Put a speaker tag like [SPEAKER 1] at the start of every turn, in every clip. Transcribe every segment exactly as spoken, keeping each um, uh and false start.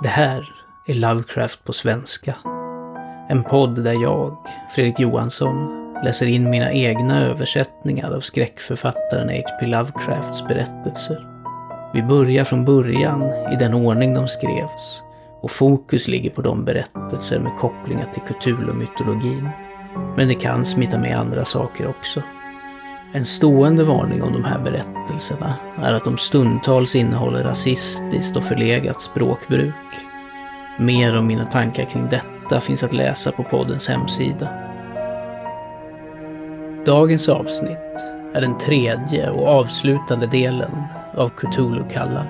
[SPEAKER 1] Det här är Lovecraft på svenska. En podd där jag, Fredrik Johansson, läser in mina egna översättningar av skräckförfattaren H P Lovecrafts berättelser. Vi börjar från början i den ordning de skrevs och fokus ligger på de berättelser med kopplingar till Cthulhu-mytologin. Men det kan smita med andra saker också. En stående varning om de här berättelserna är att de stundtals innehåller rasistiskt och förlegat språkbruk. Mer om mina tankar kring detta finns att läsa på poddens hemsida. Dagens avsnitt är den tredje och avslutande delen av Cthulhu kallar.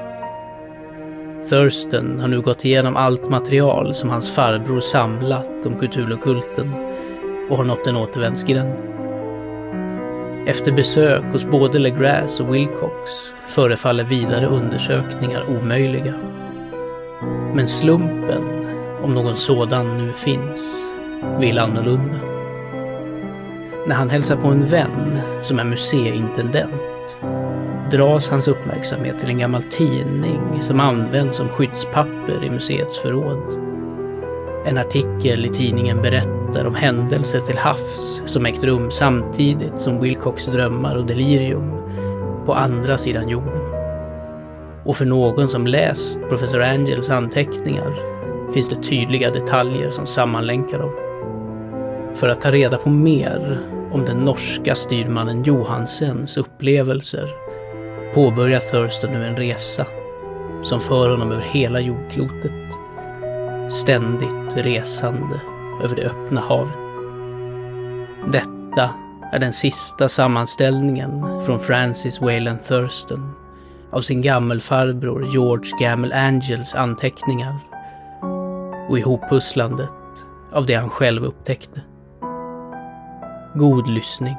[SPEAKER 1] Thurston har nu gått igenom allt material som hans farbror samlat om Cthulhu-kulten och har nått en återvändsgränd. Efter besök hos både Legras och Wilcox förefaller vidare undersökningar omöjliga. Men slumpen, om någon sådan nu finns, vill annorlunda. När han hälsar på en vän som är museiintendent dras hans uppmärksamhet till en gammal tidning som används som skyddspapper i museets förråd. En artikel i tidningen berättar om händelser till havs som ägt rum samtidigt som Wilcox drömmar och delirium på andra sidan jorden. Och för någon som läst professor Angels anteckningar finns det tydliga detaljer som sammanlänkar dem. För att ta reda på mer om den norska styrmannen Johansens upplevelser påbörjar Thurston nu en resa som för honom över hela jordklotet. Ständigt resande över det öppna havet. Detta är den sista sammanställningen från Francis Wayland Thurston av sin gammelfarbror George Gamel Angels anteckningar och ihoppusslandet av det han själv upptäckte. God lyssning.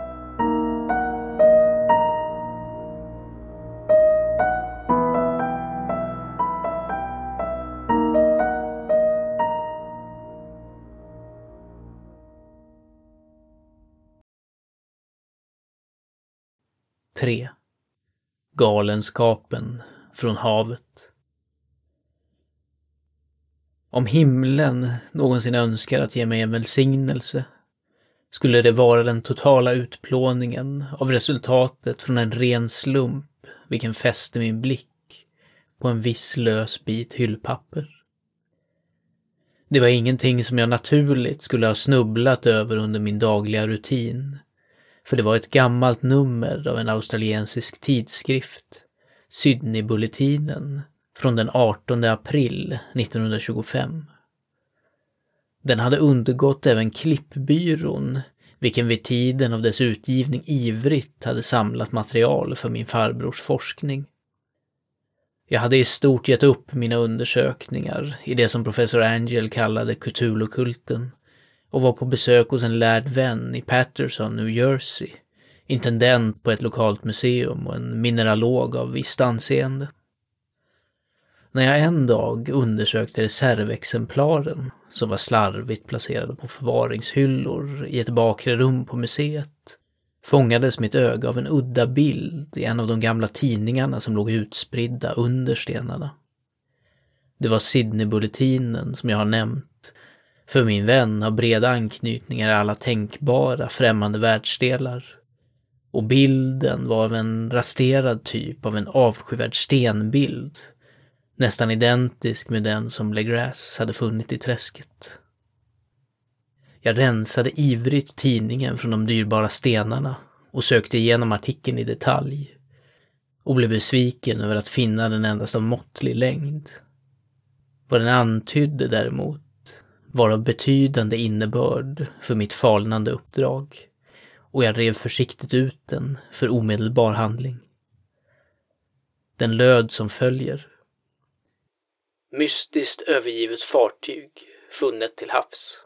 [SPEAKER 1] tre. Galenskapen från havet. Om himlen någonsin önskar att ge mig en välsignelse skulle det vara den totala utplåningen av resultatet från en ren slump vilken fäste min blick på en viss lös bit hyllpapper. Det var ingenting som jag naturligt skulle ha snubblat över under min dagliga rutin, för det var ett gammalt nummer av en australiensisk tidskrift, Sydney-bulletinen, från den artonde april nittonhundratjugofem. Den hade undergått även klippbyrån, vilken vid tiden av dess utgivning ivrigt hade samlat material för min farbrors forskning. Jag hade i stort gett upp mina undersökningar i det som professor Angel kallade Cthulhu-kulten och var på besök hos en lärd vän i Patterson, New Jersey, intendent på ett lokalt museum och en mineralog av visst anseende. När jag en dag undersökte reservexemplaren som var slarvigt placerade på förvaringshyllor i ett bakre rum på museet fångades mitt öga av en udda bild i en av de gamla tidningarna som låg utspridda under stenarna. Det var Sydney-bulletinen som jag har nämnt, för min vän har breda anknytningar i alla tänkbara främmande världsdelar. Och bilden var av en rasterad typ av en avskyvärd stenbild, nästan identisk med den som Legras hade funnit i träsket. Jag rensade ivrigt tidningen från de dyrbara stenarna och sökte igenom artikeln i detalj och blev besviken över att finna den endast av måttlig längd. Vad den antydde däremot var av betydande innebörd för mitt falnande uppdrag, och jag rev försiktigt ut den för omedelbar handling. Den löd som följer. Mystiskt övergivet fartyg funnet till havs.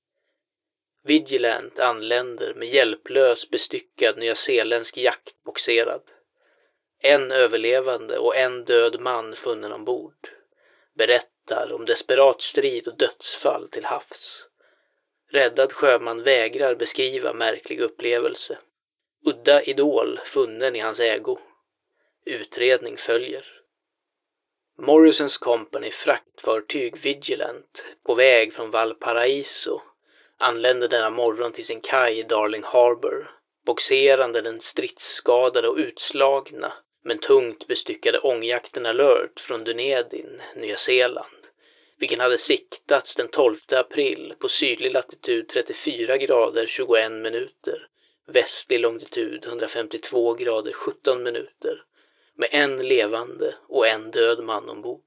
[SPEAKER 1] Vigilant anländer med hjälplös bestyckad nyzeeländsk jakt boxerad. En överlevande och en död man funnen ombord. Berättar om desperat strid och dödsfall till havs. Räddad sjöman vägrar beskriva märklig upplevelse. Udda idol funnen i hans ägo. Utredning följer. Morrisons Company fraktfartyg Vigilant på väg från Valparaiso anlände denna morgon till sin kaj i Darling Harbour, boxerande den stridsskadade och utslagna men tungt bestyckade ångjakten Alert från Dunedin, Nya Zeeland, vilken hade siktats den tolfte april på sydlig latitud trettiofyra grader tjugoen minuter, västlig longitud hundrafemtiotvå grader sjutton minuter, med en levande och en död man ombord.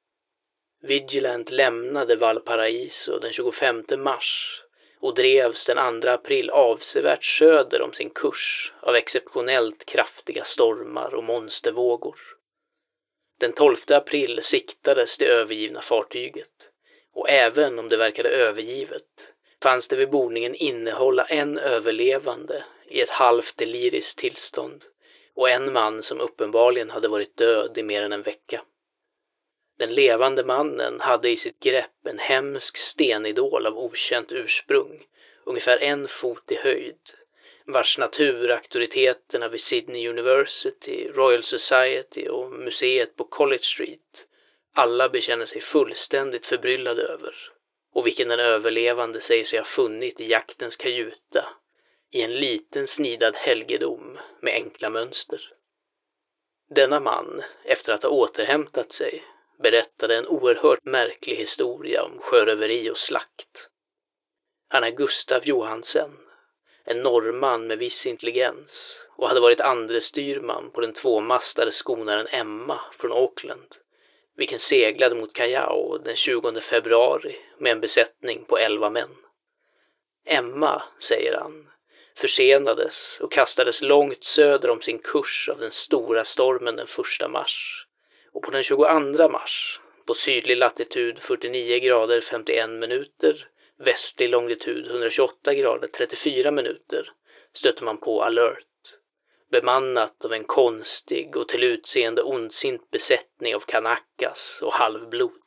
[SPEAKER 1] Vigilant lämnade Valparaiso den tjugofemte mars och drevs den andra april avsevärt söder om sin kurs av exceptionellt kraftiga stormar och monstervågor. Den tolfte april siktades det övergivna fartyget, och även om det verkade övergivet fanns det vid bordningen innehålla en överlevande i ett halvt deliriskt tillstånd och en man som uppenbarligen hade varit död i mer än en vecka. Den levande mannen hade i sitt grepp en hemsk stenidol av okänt ursprung, ungefär en fot i höjd, vars naturauktoriteterna vid Sydney University, Royal Society och museet på College Street alla bekänner sig fullständigt förbryllade över, och vilken den överlevande säger sig ha funnit i jaktens kajuta, i en liten snidad helgedom med enkla mönster. Denna man, efter att ha återhämtat sig, berättade en oerhört märklig historia om sjöröveri och slakt. Han är Gustav Johansen, en norrman med viss intelligens, och hade varit andre styrman på den tvåmastade skonaren Emma från Auckland, vilken seglade mot Callao den tjugonde februari med en besättning på elva män. Emma, säger han, försenades och kastades långt söder om sin kurs av den stora stormen den första mars, och på den tjugoandra mars, på sydlig latitud fyrtionio grader femtioen minuter, västlig longitud hundratjugoåtta grader trettiofyra minuter, stötte man på Alert, bemannat av en konstig och till utseende ondsint besättning av kanakas och halvblod.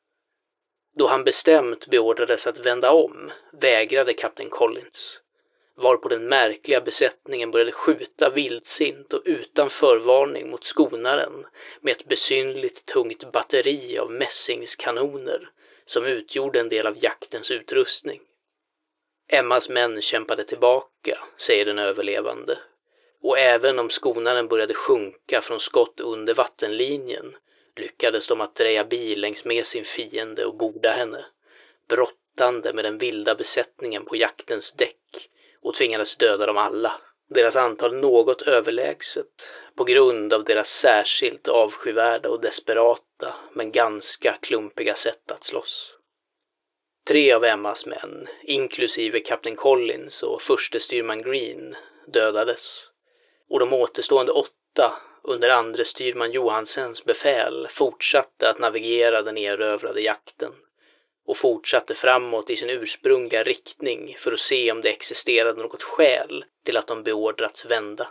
[SPEAKER 1] Då han bestämt beordrades att vända om, vägrade kapten Collins, varpå den märkliga besättningen började skjuta vildsint och utan förvarning mot skonaren med ett besynligt tungt batteri av mässingskanoner som utgjorde en del av jaktens utrustning. Emmas män kämpade tillbaka, säger den överlevande, och även om skonaren började sjunka från skott under vattenlinjen lyckades de att dreja bil längs med sin fiende och borda henne, brottande med den vilda besättningen på jaktens däck, och tvingades döda dem alla, deras antal något överlägset på grund av deras särskilt avskyvärda och desperata men ganska klumpiga sätt att slåss. Tre av Emmas män, inklusive kapten Collins och förste styrman Green, dödades, och de återstående åtta under andre styrman Johansens befäl fortsatte att navigera den erövrade jakten och fortsatte framåt i sin ursprungliga riktning för att se om det existerade något skäl till att de beordrats vända.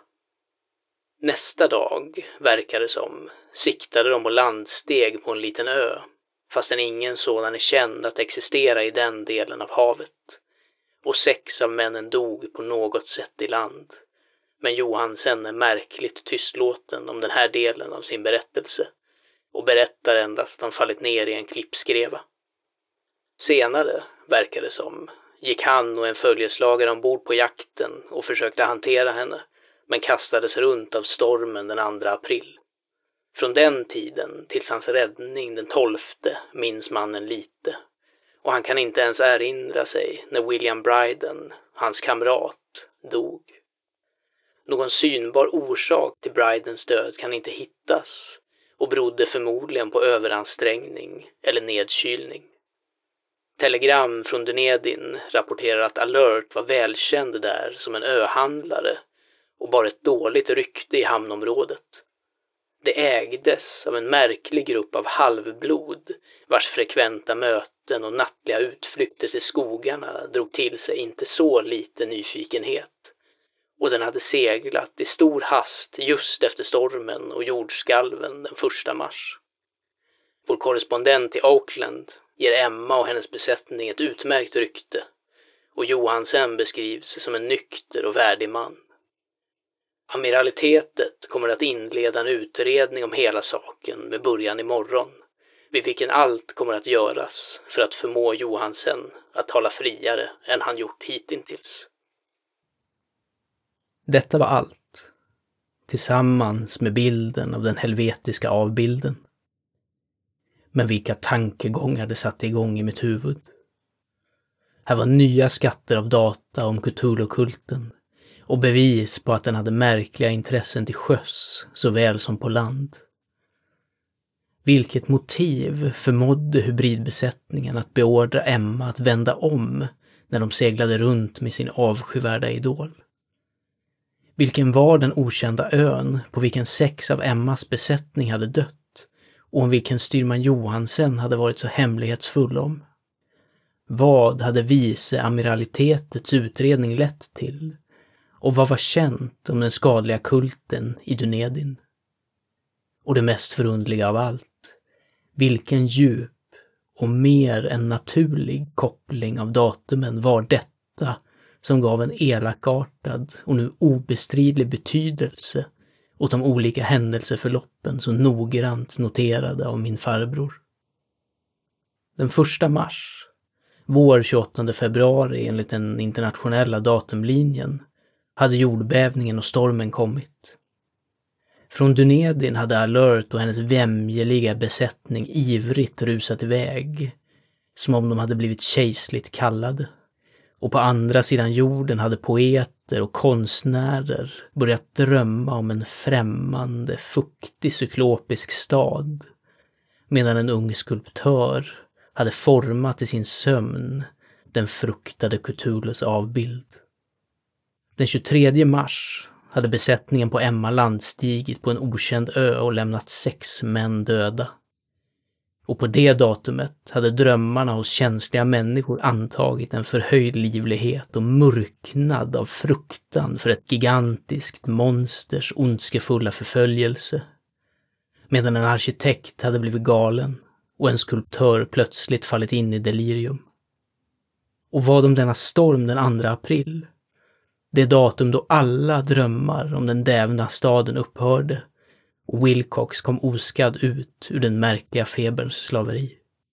[SPEAKER 1] Nästa dag, verkar det som, siktade de på landsteg på en liten ö, fastän ingen sådan är känd att existera i den delen av havet, och sex av männen dog på något sätt i land. Men Johansen är märkligt tystlåten om den här delen av sin berättelse och berättar endast att de fallit ner i en klippskreva. Senare, verkar det som, gick han och en följeslagare ombord på jakten och försökte hantera henne, men kastades runt av stormen den andra april. Från den tiden tills hans räddning den tolfte minns mannen lite, och han kan inte ens erinra sig när William Bryden, hans kamrat, dog. Någon synbar orsak till Brydens död kan inte hittas och berodde förmodligen på överansträngning eller nedkylning. Telegram från Dunedin rapporterar att Alert var välkänd där som en öhandlare och bara ett dåligt rykte i hamnområdet. Det ägdes av en märklig grupp av halvblod vars frekventa möten och nattliga utflykter till skogarna drog till sig inte så lite nyfikenhet. Och den hade seglat i stor hast just efter stormen och jordskalven den första mars. Vår korrespondent i Auckland ger Emma och hennes besättning ett utmärkt rykte, och Johansen beskrivs som en nykter och värdig man. Amiralitetet kommer att inleda en utredning om hela saken med början imorgon, vid vilken allt kommer att göras för att förmå Johansen att tala friare än han gjort hittills. Detta var allt, tillsammans med bilden av den helvetiska avbilden. Men vilka tankegångar det satte igång i mitt huvud. Här var nya skatter av data om Cthulhu-kulten och bevis på att den hade märkliga intressen till sjöss såväl som på land. Vilket motiv förmådde hybridbesättningen att beordra Emma att vända om när de seglade runt med sin avskyvärda idol? Vilken var den okända ön på vilken sex av Emmas besättning hade dött och om vilken styrman Johansen hade varit så hemlighetsfull om? Vad hade viceamiralitetets utredning lett till? Och vad var känt om den skadliga kulten i Dunedin? Och det mest förundliga av allt, vilken djup och mer än naturlig koppling av datumen var detta som gav en elakartad och nu obestridlig betydelse åt de olika händelseförloppen så noggrant noterade av min farbror. Den första mars, vår tjugoåttonde februari enligt den internationella datumlinjen, hade jordbävningen och stormen kommit. Från Dunedin hade Alert och hennes vämjeliga besättning ivrigt rusat iväg, som om de hade blivit kejsligt kallade. Och på andra sidan jorden hade poeter och konstnärer börjat drömma om en främmande, fuktig cyklopisk stad, medan en ung skulptör hade format i sin sömn den fruktade Cthulhus avbild. Den tjugotredje mars hade besättningen på Emma landstigit på en okänd ö och lämnat sex män döda. Och på det datumet hade drömmarna hos känsliga människor antagit en förhöjd livlighet och mörknad av fruktan för ett gigantiskt monsters ondskefulla förföljelse. Medan en arkitekt hade blivit galen och en skulptör plötsligt fallit in i delirium. Och vad om denna storm den andra april? Det datum då alla drömmar om den dävna staden upphörde och Wilcox kom oskadd ut ur den märkliga feberns slaveri.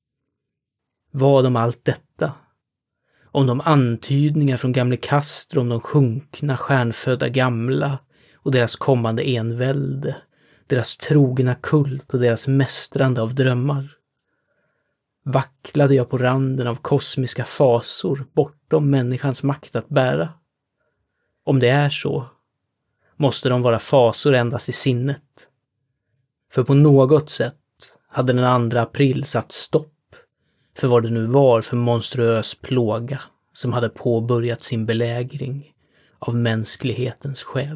[SPEAKER 1] Vad om allt detta? Om de antydningar från gamle Castro om de sjunkna, stjärnfödda gamla och deras kommande envälde, deras trogna kult och deras mästrande av drömmar? Vacklade jag på randen av kosmiska fasor bortom människans makt att bära? Om det är så, måste de vara fasor endast i sinnet. För på något sätt hade den andra april satt stopp för vad det nu var för monstruös plåga som hade påbörjat sin belägring av mänsklighetens själ.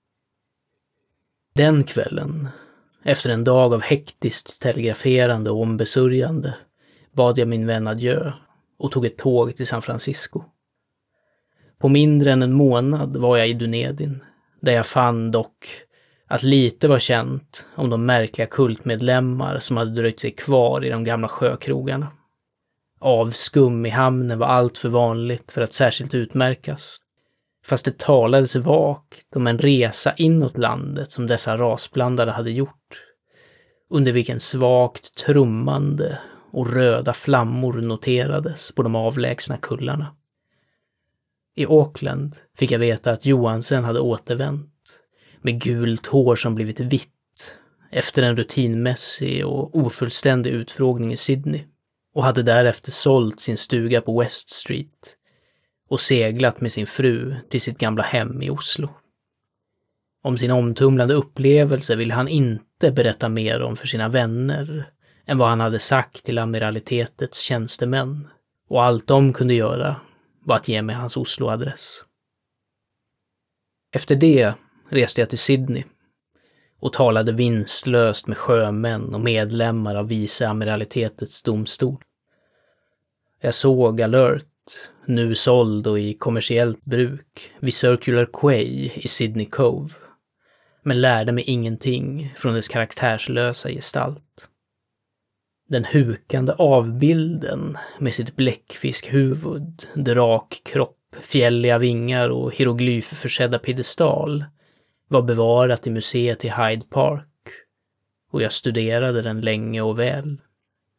[SPEAKER 1] Den kvällen, efter en dag av hektiskt telegraferande och ombesörjande, bad jag min vän adjö och tog ett tåg till San Francisco. På mindre än en månad var jag i Dunedin, där jag fann dock att lite var känt om de märkliga kultmedlemmar som hade dröjt sig kvar i de gamla sjökrogarna. Avskum i hamnen var allt för vanligt för att särskilt utmärkas, fast det talades vagt om en resa inåt landet som dessa rasblandade hade gjort, under vilken svagt trummande och röda flammor noterades på de avlägsna kullarna. I Auckland fick jag veta att Johansen hade återvänt, med gult hår som blivit vitt, efter en rutinmässig och ofullständig utfrågning i Sydney, och hade därefter sålt sin stuga på West Street och seglat med sin fru till sitt gamla hem i Oslo. Om sin omtumlande upplevelse ville han inte berätta mer om för sina vänner än vad han hade sagt till amiralitetets tjänstemän, och allt de kunde göra var att ge mig hans Oslo-adress. Efter det reste jag till Sydney och talade vinstlöst med sjömän och medlemmar av viceamiralitetets domstol. Jag såg Alert, nu såld och i kommersiellt bruk, vid Circular Quay i Sydney Cove, men lärde mig ingenting från dess karaktärslösa gestalt. Den hukande avbilden med sitt bläckfiskhuvud, drak kropp, fjälliga vingar och hieroglyförsedda piedestal var bevarat i museet i Hyde Park, och jag studerade den länge och väl.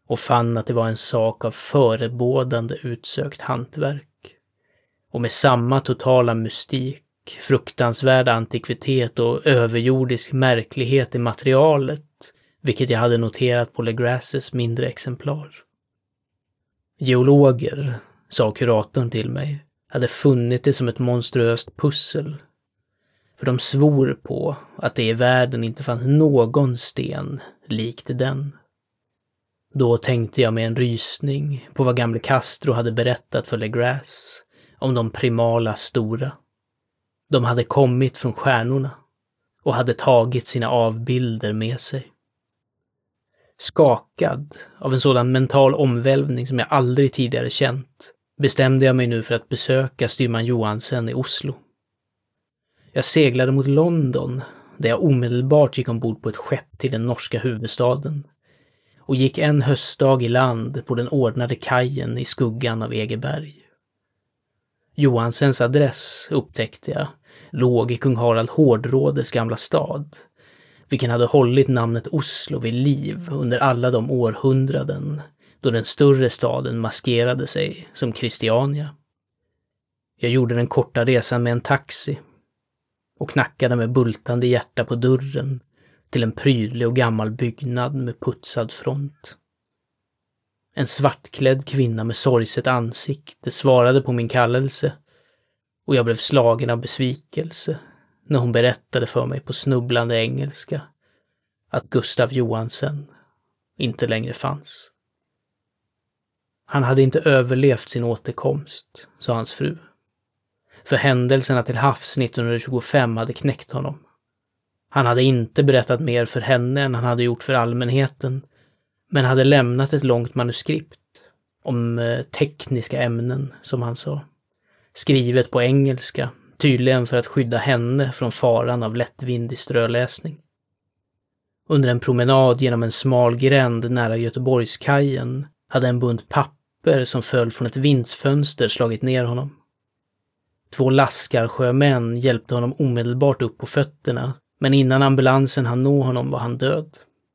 [SPEAKER 1] och fann att det var en sak av förebådande utsökt hantverk. Och med samma totala mystik, fruktansvärd antikvitet och överjordisk märklighet i materialet, vilket jag hade noterat på Legrasses mindre exemplar. Geologer, sa kuratorn till mig, hade funnit det som ett monstruöst pussel. För de svor på att det i världen inte fanns någon sten likt den. Då tänkte jag med en rysning på vad gamle Castro hade berättat för Legrasse om de primala stora. De hade kommit från stjärnorna och hade tagit sina avbilder med sig. Skakad av en sådan mental omvälvning som jag aldrig tidigare känt, bestämde jag mig nu för att besöka styrman Johansen i Oslo. Jag seglade mot London, där jag omedelbart gick ombord på ett skepp till den norska huvudstaden och gick en höstdag i land på den ordnade kajen i skuggan av Egeberg. Johansens adress, upptäckte jag, låg i kung Harald Hårdrådes gamla stad, vilken hade hållit namnet Oslo vid liv under alla de århundraden då den större staden maskerade sig som Christiania. Jag gjorde den korta resan med en taxi och knackade med bultande hjärta på dörren till en prydlig och gammal byggnad med putsad front. En svartklädd kvinna med sorgset ansikte svarade på min kallelse och jag blev slagen av besvikelse när hon berättade för mig på snubblande engelska att Gustav Johansen inte längre fanns. Han hade inte överlevt sin återkomst, sa hans fru. För händelserna till havs nittonhundratjugofem hade knäckt honom. Han hade inte berättat mer för henne än han hade gjort för allmänheten, men hade lämnat ett långt manuskript om eh, tekniska ämnen, som han sa. Skrivet på engelska, tydligen för att skydda henne från faran av lättvindig ströläsning. Under en promenad genom en smal gränd nära Göteborgskajen hade en bunt papper som föll från ett vindsfönster slagit ner honom. Två laskarsjömän hjälpte honom omedelbart upp på fötterna, men innan ambulansen hann nå honom var han död.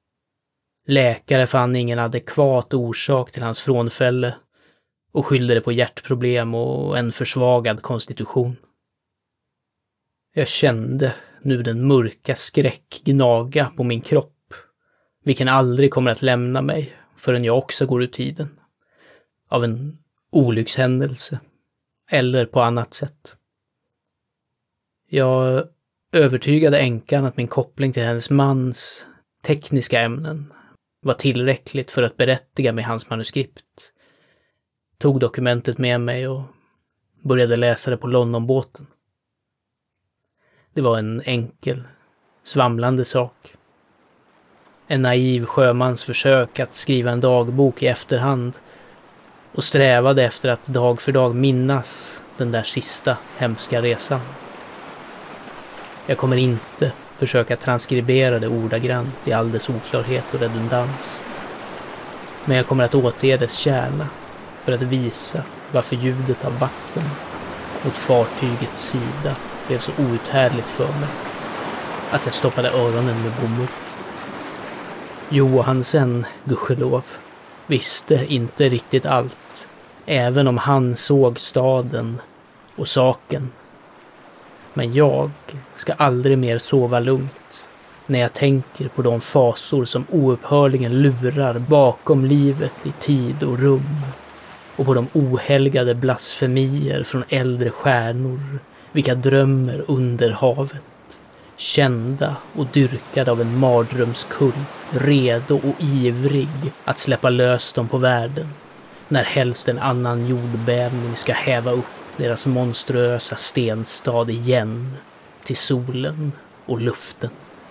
[SPEAKER 1] Läkare fann ingen adekvat orsak till hans frånfälle och skyllde det på hjärtproblem och en försvagad konstitution. Jag kände nu den mörka skräck gnaga på min kropp, vilken aldrig kommer att lämna mig förrän jag också går ur tiden. Av en olyckshändelse eller på annat sätt. Jag övertygade änkan att min koppling till hennes mans tekniska ämnen var tillräckligt för att berättiga mig hans manuskript. Tog dokumentet med mig och började läsa det på Londonbåten. Det var en enkel, svamlande sak. En naiv sjömans försök att skriva en dagbok i efterhand och strävade efter att dag för dag minnas den där sista hemska resan. Jag kommer inte försöka transkribera det ordagrant i all dess oklarhet och redundans. Men jag kommer att återge dess kärna för att visa varför ljudet av vatten mot fartygets sida blev så outhärdligt för mig att jag stoppade öronen med bomull. Johansen, gudskelov, visste inte riktigt allt, även om han såg staden och saken. Men jag ska aldrig mer sova lugnt när jag tänker på de fasor som oupphörligen lurar bakom livet i tid och rum och på de ohelgade blasfemier från äldre stjärnor vilka drömmer under havet, kända och dyrkade av en mardrömskult, redo och ivrig att släppa lös dem på världen när helst en annan jordbävning ska häva upp deras monstruösa stenstad igen till solen och luften.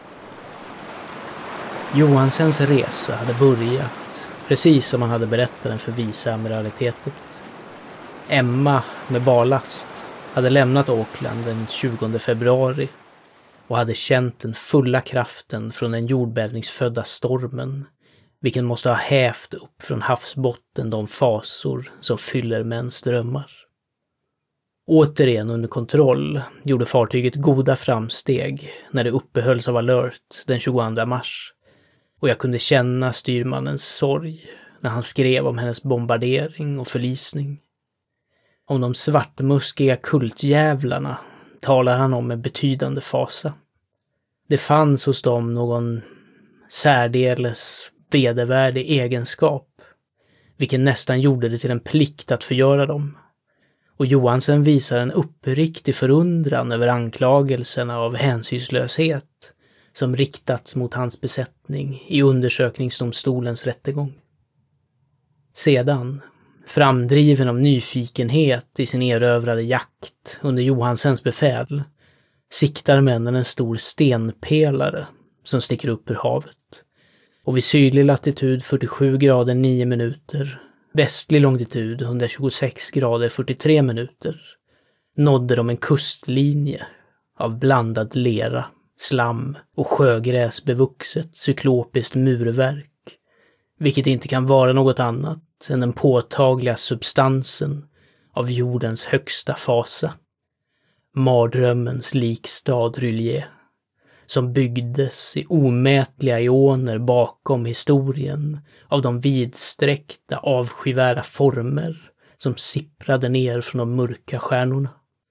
[SPEAKER 1] Johansens resa hade börjat precis som han hade berättat den för viceamiralitetet. Emma med barlast hade lämnat Auckland den tjugonde februari och hade känt den fulla kraften från den jordbävningsfödda stormen, vilken måste ha hävt upp från havsbotten de fasor som fyller mäns drömmar. Återigen under kontroll gjorde fartyget goda framsteg när det uppehölls av alert den tjugoandra mars och jag kunde känna styrmannens sorg när han skrev om hennes bombardering och förlisning. Om de svartmuskiga kultjävlarna talar han om med betydande fasa. Det fanns hos dem någon särdeles vedervärdig egenskap, vilken nästan gjorde det till en plikt att förgöra dem. Och Johansen visar en uppriktig förundran över anklagelserna av hänsynslöshet som riktats mot hans besättning i undersökningsdomstolens rättegång. Sedan, framdriven av nyfikenhet i sin erövrade jakt under Johansens befäl, siktar männen en stor stenpelare som sticker upp ur havet. Och vid sydlig latitud fyrtiosju grader nio minuter, västlig longitud etthundratjugosex grader fyrtiotre minuter, nådde de en kustlinje av blandad lera, slam och sjögräs bevuxet cyklopiskt murverk, vilket inte kan vara något annat än den påtagliga substansen av jordens högsta fasa. Mardrömmens likstad Rylje, som byggdes i omätliga eoner bakom historien av de vidsträckta avskyvärda former som sipprade ner från de mörka stjärnorna.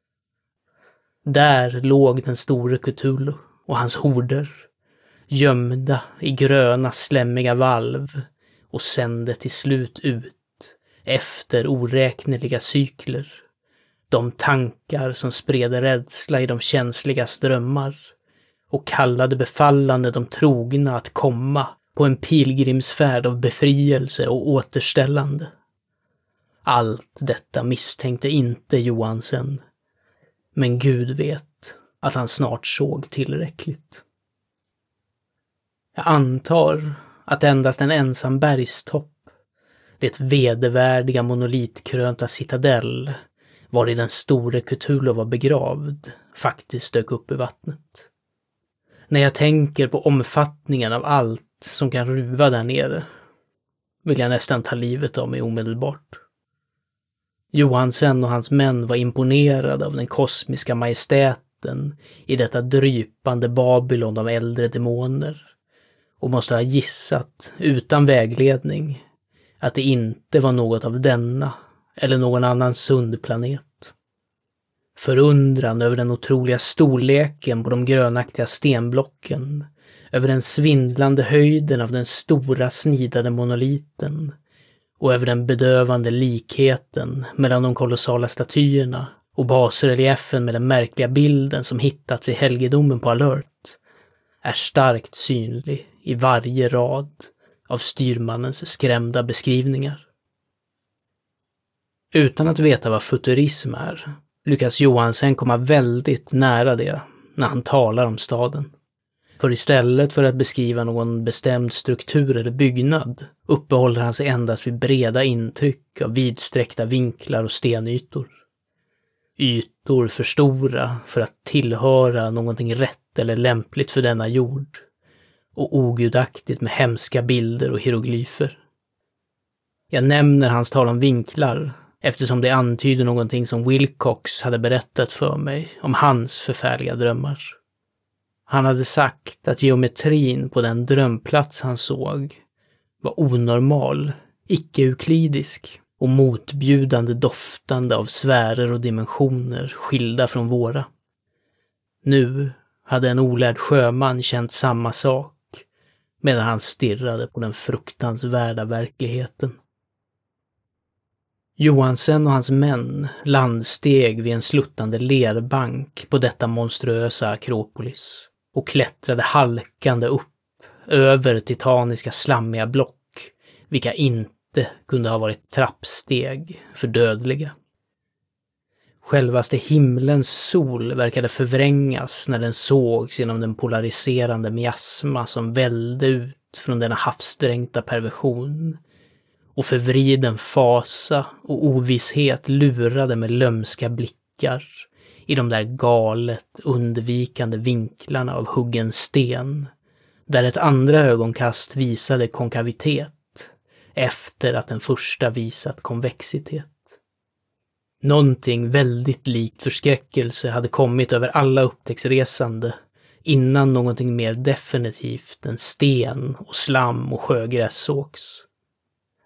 [SPEAKER 1] Där låg den store Cthulhu och hans horder, gömda i gröna slämmiga valv, och sände till slut ut, efter oräkneliga cykler, de tankar som spred rädsla i de känsliga drömmar och kallade befallande de trogna att komma på en pilgrimsfärd av befrielse och återställande. Allt detta misstänkte inte Johansen, men Gud vet att han snart såg tillräckligt. Jag antar att endast en ensam bergstopp, det vedervärdiga monolitkrönta citadell var i den store Cthulhu var begravd, faktiskt dök upp i vattnet. När jag tänker på omfattningen av allt som kan ruva där nere, vill jag nästan ta livet av mig omedelbart. Johansen och hans män var imponerade av den kosmiska majestäten i detta drypande Babylon av äldre demoner, och måste ha gissat, utan vägledning, att det inte var något av denna eller någon annan sund planet. Förundran över den otroliga storleken på de grönaktiga stenblocken, över den svindlande höjden av den stora snidade monoliten och över den bedövande likheten mellan de kolossala statyerna och basreliefen med den märkliga bilden som hittats i helgedomen på Alert, är starkt synlig i varje rad av styrmannens skrämda beskrivningar. Utan att veta vad futurism är, lyckas Johansen komma väldigt nära det när han talar om staden. För istället för att beskriva någon bestämd struktur eller byggnad uppehåller han sig endast vid breda intryck av vidsträckta vinklar och stenytor. Ytor för stora för att tillhöra någonting rätt eller lämpligt för denna jord, och ogudaktigt med hemska bilder och hieroglyfer. Jag nämner hans tal om vinklar eftersom det antyder någonting som Wilcox hade berättat för mig om hans förfärliga drömmar. Han hade sagt att geometrin på den drömplats han såg var onormal, icke-euklidisk och motbjudande doftande av sfärer och dimensioner skilda från våra. Nu hade en olärd sjöman känt samma sak medan han stirrade på den fruktansvärda verkligheten. Johansen och hans män landsteg vid en sluttande lerbank på detta monstruösa Akropolis och klättrade halkande upp över titaniska slammiga block, vilka inte kunde ha varit trappsteg för dödliga. Självaste himlens sol verkade förvrängas när den sågs genom den polariserande miasma som vällde ut från denna havsdränkta perversion, och förvriden fasa och ovisshet lurade med lömska blickar i de där galet undvikande vinklarna av huggen sten, där ett andra ögonkast visade konkavitet efter att den första visat konvexitet. Någonting väldigt likt förskräckelse hade kommit över alla upptäcktsresande innan någonting mer definitivt än sten och slam och sjögräs sågs.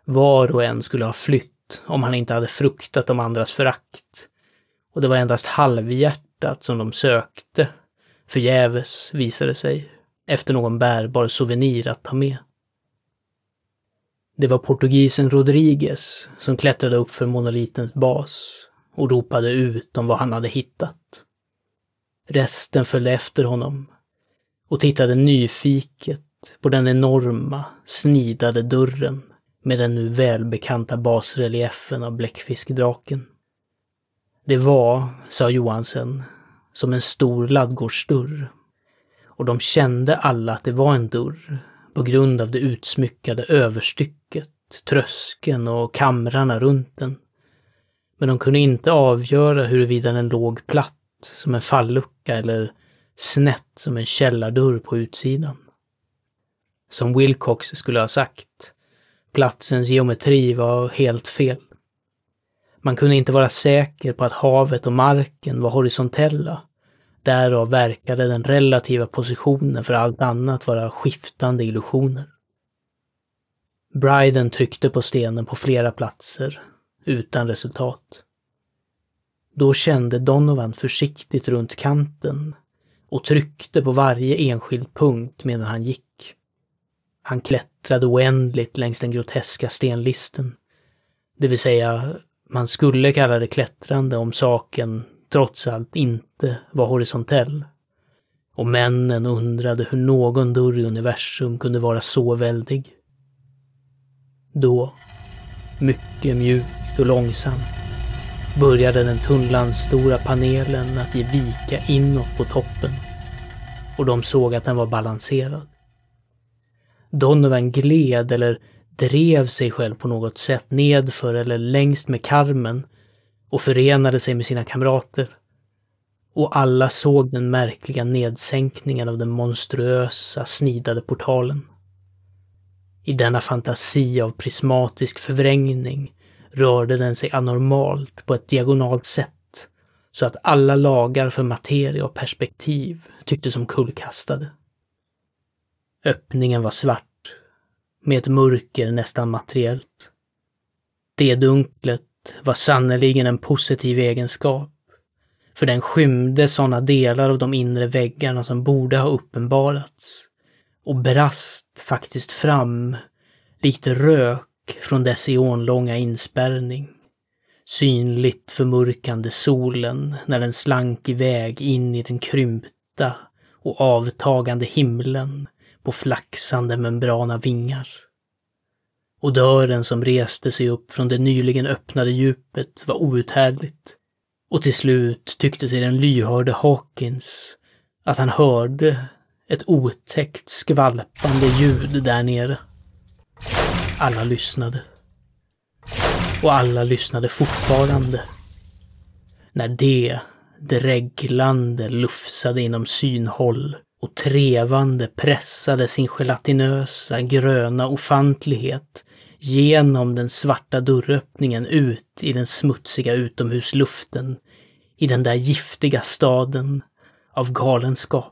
[SPEAKER 1] Var och en skulle ha flytt om han inte hade fruktat de andras förakt. Och det var endast halvhjärtat som de sökte, förgäves visade sig, efter någon bärbar souvenir att ta med. Det var portugisen Rodriguez som klättrade upp för monolitens bas och ropade ut om vad han hade hittat. Resten följde efter honom och tittade nyfiket på den enorma, snidade dörren med den nu välbekanta basreliefen av bläckfiskdraken. Det var, sa Johansen, som en stor laddgårdsdörr, och de kände alla att det var en dörr på grund av det utsmyckade överstycket, tröskeln och kamrarna runt den. Men de kunde inte avgöra huruvida den låg platt som en fallucka eller snett som en källardörr på utsidan. Som Wilcox skulle ha sagt, platsens geometri var helt fel. Man kunde inte vara säker på att havet och marken var horisontella. Därav verkade den relativa positionen för allt annat vara skiftande illusioner. Bryden tryckte på stenen på flera platser, utan resultat. Då kände Donovan försiktigt runt kanten och tryckte på varje enskild punkt medan han gick. Han klättrade oändligt längs den groteska stenlisten. Det vill säga, man skulle kalla det klättrande om saken trots allt inte var horisontell. Och männen undrade hur någon dörr i universum kunde vara så väldig. Då, mycket mjukt och långsamt, började den tunnlandsstora panelen att ge vika inåt på toppen. Och de såg att den var balanserad. Donovan gled eller drev sig själv på något sätt nedför eller längst med karmen och förenade sig med sina kamrater. Och alla såg den märkliga nedsänkningen av den monstruösa, snidade portalen. I denna fantasi av prismatisk förvrängning rörde den sig anormalt på ett diagonalt sätt, så att alla lagar för materia och perspektiv tycktes som kullkastade. Öppningen var svart, med ett mörker nästan materiellt. Det dunklet var sannoliken en positiv egenskap, för den skymde sådana delar av de inre väggarna som borde ha uppenbarats, och brast faktiskt fram, likt rök från dess eonlånga inspärrning, synligt förmörkande solen när den slank iväg in i den krympta och avtagande himlen på flaxande membrana vingar. Och dörren som reste sig upp från det nyligen öppnade djupet var outhärdligt, och till slut tyckte sig den lyhörde Hawkins att han hörde ett otäckt skvalpande ljud där nere. Alla lyssnade. Och alla lyssnade fortfarande. När det dreglande lufsade inom synhåll och trevande pressade sin gelatinösa gröna ofantlighet genom den svarta dörröppningen ut i den smutsiga utomhusluften i den där giftiga staden av galenskap.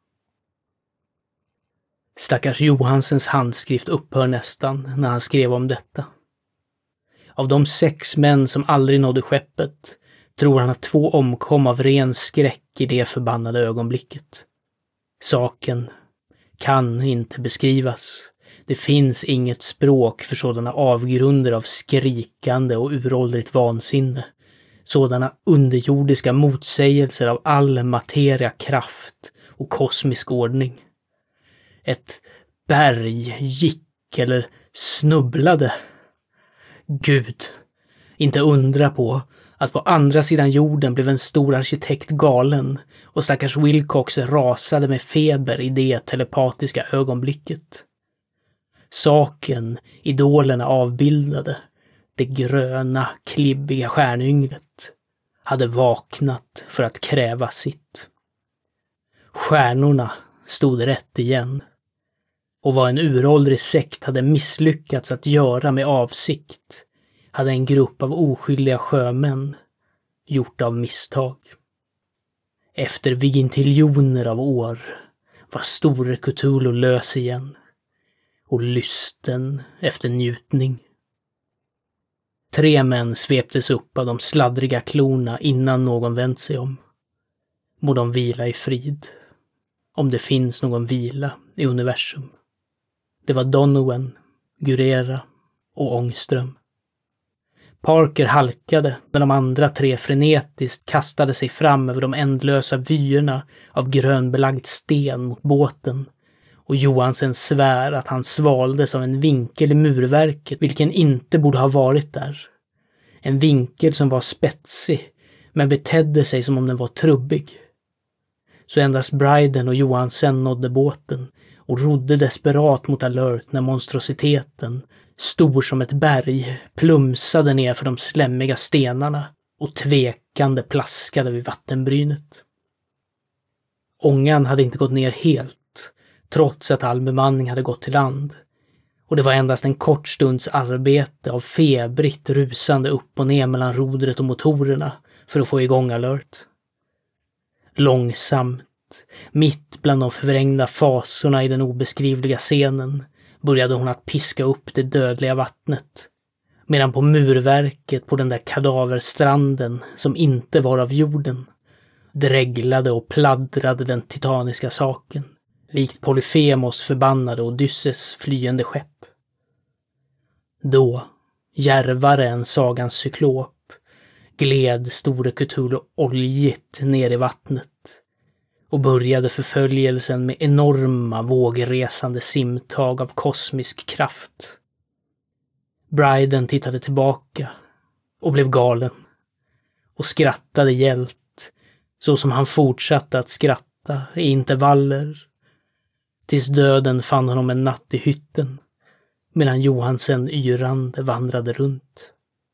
[SPEAKER 1] Stackars Johansens handskrift upphör nästan när han skrev om detta. Av de sex män som aldrig nådde skeppet tror han att två omkom av ren skräck i det förbannade ögonblicket. Saken kan inte beskrivas. Det finns inget språk för sådana avgrunder av skrikande och uråldrigt vansinne. Sådana underjordiska motsägelser av all materia, kraft och kosmisk ordning. Ett berg gick eller snubblade. Gud, inte undra på att på andra sidan jorden blev en stor arkitekt galen och stackars Wilcox rasade med feber i det telepatiska ögonblicket. Saken idolerna avbildade, det gröna, klibbiga stjärnynglet, hade vaknat för att kräva sitt. Stjärnorna stod rätt igen. Och vad en uråldrig sekt hade misslyckats att göra med avsikt hade en grupp av oskyldiga sjömän gjort av misstag. Efter vigintiljoner av år var store Cthulhu lös igen och lysten efter njutning. Tre män sveptes upp av de sladdriga klorna innan någon vänt sig om. Må de vila i frid. Om det finns någon vila i universum. Det var Donovan, Gurera och Ångström. Parker halkade, men de andra tre frenetiskt kastade sig fram över de ändlösa vyerna av grönbelagd sten mot båten. Och Johansen svär att han svaldes av en vinkel i murverket vilken inte borde ha varit där. En vinkel som var spetsig, men betedde sig som om den var trubbig. Så endast Bryden och Johansen nådde båten och rodde desperat mot Alert när monstrositeten, stor som ett berg, plumsade ner för de slämmiga stenarna och tvekande plaskade vid vattenbrynet. Ångan hade inte gått ner helt, trots att all bemanning hade gått till land, och det var endast en kort stunds arbete av febrigt rusande upp och ner mellan rodret och motorerna för att få igång Alert. Långsamt, mitt bland de förvrängda fasorna i den obeskrivliga scenen, började hon att piska upp det dödliga vattnet, medan på murverket på den där kadaverstranden som inte var av jorden dreglade och pladdrade den titaniska saken, likt Polyfemos förbannade Odysseus flyende skepp. Då, djärvare än sagans cyklop, gled store Cthulhu oljigt ner i vattnet och började förföljelsen med enorma vågresande simtag av kosmisk kraft. Bryden tittade tillbaka och blev galen och skrattade gällt, så som han fortsatte att skratta i intervaller, tills döden fann honom en natt i hytten, medan Johansen yrande vandrade runt.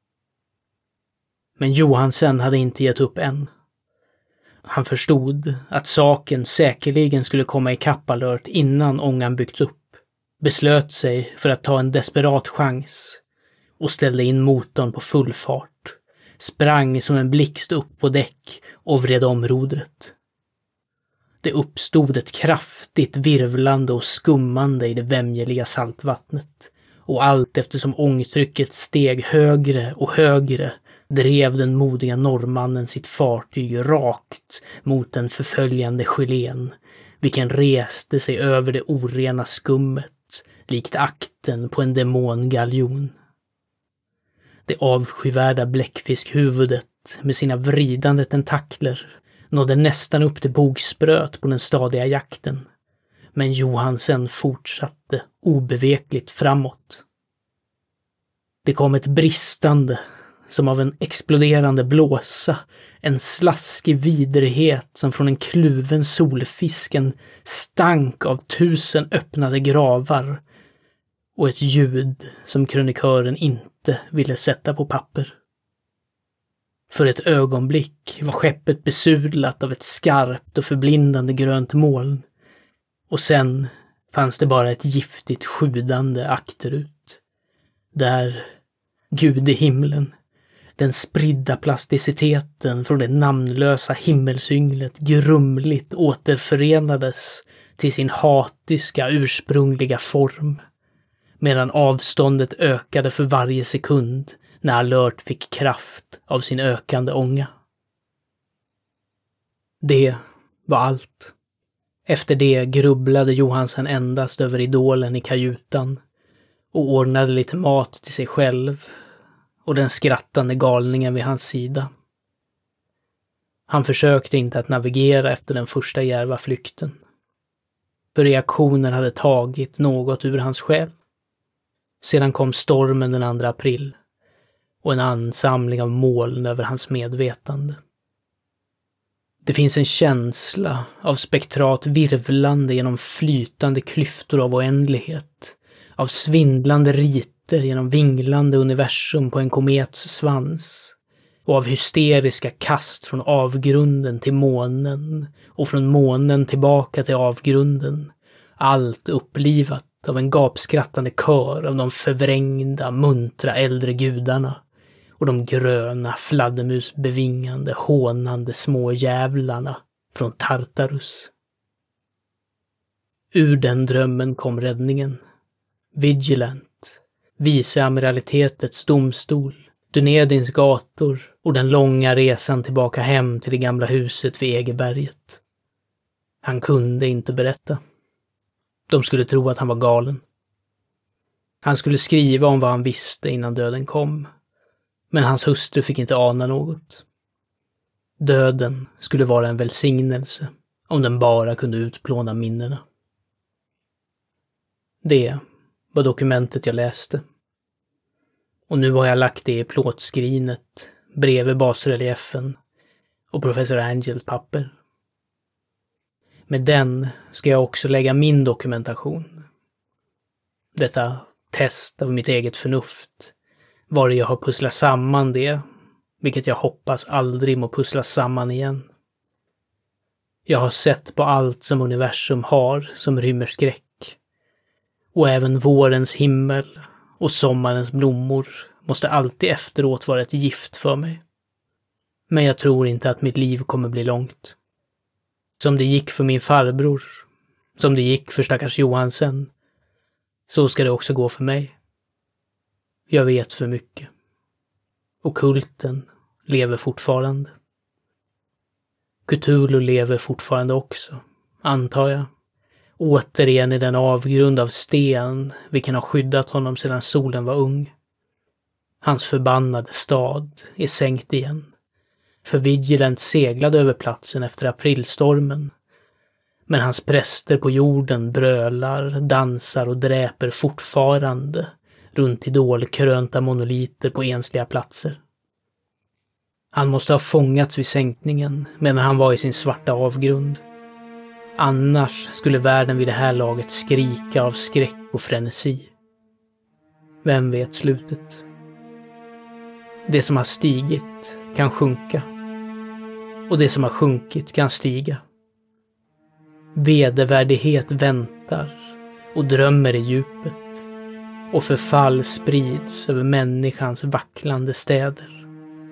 [SPEAKER 1] Men Johansen hade inte gett upp än. Han förstod att saken säkerligen skulle komma i kapp Alert innan ångan byggts upp, beslöt sig för att ta en desperat chans och ställde in motorn på full fart, sprang som en blixt upp på däck och vred om rodret. Det uppstod ett kraftigt virvlande och skummande i det vämjeliga saltvattnet, och allt eftersom ångtrycket steg högre och högre drev den modiga norrmannen sitt fartyg rakt mot den förföljande gelén, vilken reste sig över det orena skummet, likt akten på en demongaljon. Det avskyvärda bläckfiskhuvudet med sina vridande tentakler nådde nästan upp till bogspröt på den stadiga jakten, men Johansen fortsatte obevekligt framåt. Det kom ett bristande, som av en exploderande blåsa, en slaskig vidrighet som från en kluven solfisk, en stank av tusen öppnade gravar och ett ljud som krönikören inte ville sätta på papper. För ett ögonblick var skeppet besudlat av ett skarpt och förblindande grönt moln, och sen fanns det bara ett giftigt sjudande akterut. Där, Gud i himlen, den spridda plasticiteten från det namnlösa himmelsynglet grumligt återförenades till sin hatiska ursprungliga form, medan avståndet ökade för varje sekund när Alert fick kraft av sin ökande ånga. Det var allt. Efter det grubblade Johansen endast över idolen i kajutan och ordnade lite mat till sig själv och den skrattande galningen vid hans sida. Han försökte inte att navigera efter den första djärva flykten, för reaktionen hade tagit något ur hans själ. Sedan kom stormen den andra april och en ansamling av moln över hans medvetande. Det finns en känsla av spektrat virvlande genom flytande klyftor av oändlighet, av svindlande riter genom vinglande universum på en komets svans, och av hysteriska kast från avgrunden till månen och från månen tillbaka till avgrunden, allt upplivat av en gapskrattande kör av de förvrängda, muntra äldre gudarna och de gröna, fladdermusbevingande, hånande små jävlarna från Tartarus. Ur den drömmen kom räddningen. Vigilant, viceamiralitetets domstol, Dunedins gator och den långa resan tillbaka hem till det gamla huset vid Egeberget. Han kunde inte berätta. De skulle tro att han var galen. Han skulle skriva om vad han visste innan döden kom. Men hans hustru fick inte ana något. Döden skulle vara en välsignelse om den bara kunde utplåna minnena. Det var dokumentet jag läste. Och nu har jag lagt det i plåtskrinet bredvid basreliefen och professor Angels papper. Med den ska jag också lägga min dokumentation. Detta test av mitt eget förnuft, var jag har pusslat samman det, vilket jag hoppas aldrig må pusslas samman igen. Jag har sett på allt som universum har som rymmer skräck. Och även vårens himmel och sommarens blommor måste alltid efteråt vara ett gift för mig. Men jag tror inte att mitt liv kommer bli långt. Som det gick för min farbror, som det gick för stackars Johansen, så ska det också gå för mig. Jag vet för mycket. Och kulten lever fortfarande. Cthulhu lever fortfarande också, antar jag. Återigen i den avgrund av sten vilken har skyddat honom sedan solen var ung. Hans förbannade stad är sänkt igen. För Vigilant seglade över platsen efter aprilstormen. Men hans präster på jorden brölar, dansar och dräper fortfarande runt idolkrönta monoliter på ensliga platser. Han måste ha fångats vid sänkningen medan han var i sin svarta avgrund. Annars skulle världen vid det här laget skrika av skräck och frenesi. Vem vet slutet? Det som har stigit kan sjunka. Och det som har sjunkit kan stiga. Vedervärdighet väntar och drömmer i djupet. Och förfall sprids över människans vacklande städer.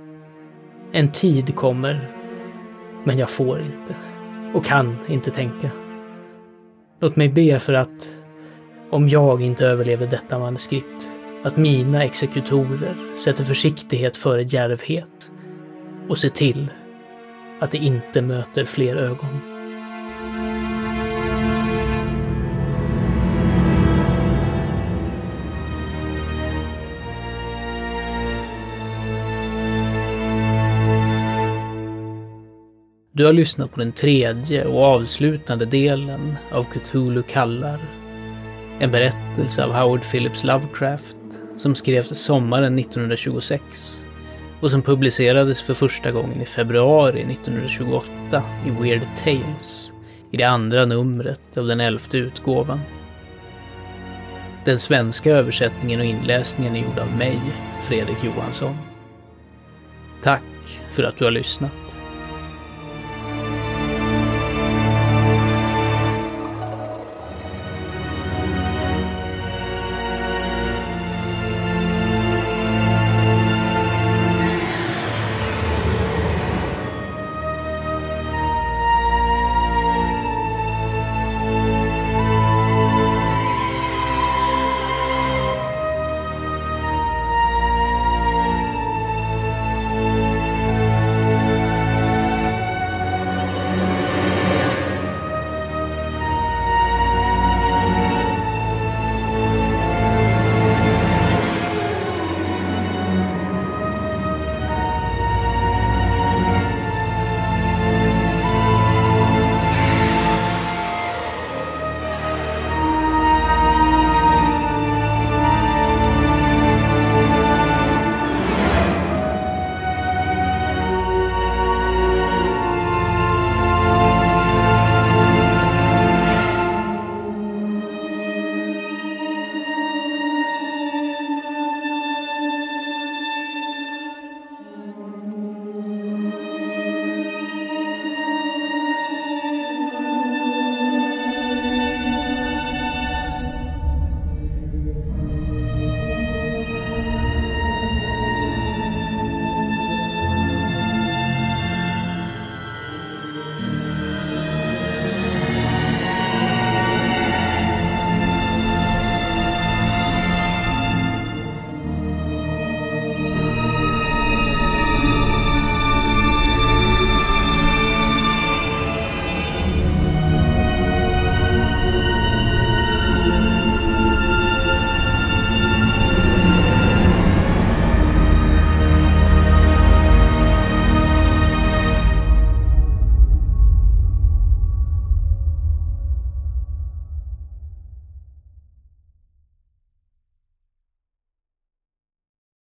[SPEAKER 1] En tid kommer, men jag får inte. Och kan inte tänka. Låt mig be för att, om jag inte överlever detta manuskript, att mina exekutorer sätter försiktighet före djärvhet och ser till att det inte möter fler ögon. Du har lyssnat på den tredje och avslutande delen av Cthulhu kallar. En berättelse av Howard Phillips Lovecraft som skrevs sommaren nittonhundratjugosex och som publicerades för första gången i februari nittonhundratjugoåtta i Weird Tales i det andra numret av den elfte utgåvan. Den svenska översättningen och inläsningen är gjord av mig, Fredrik Johansson. Tack för att du har lyssnat.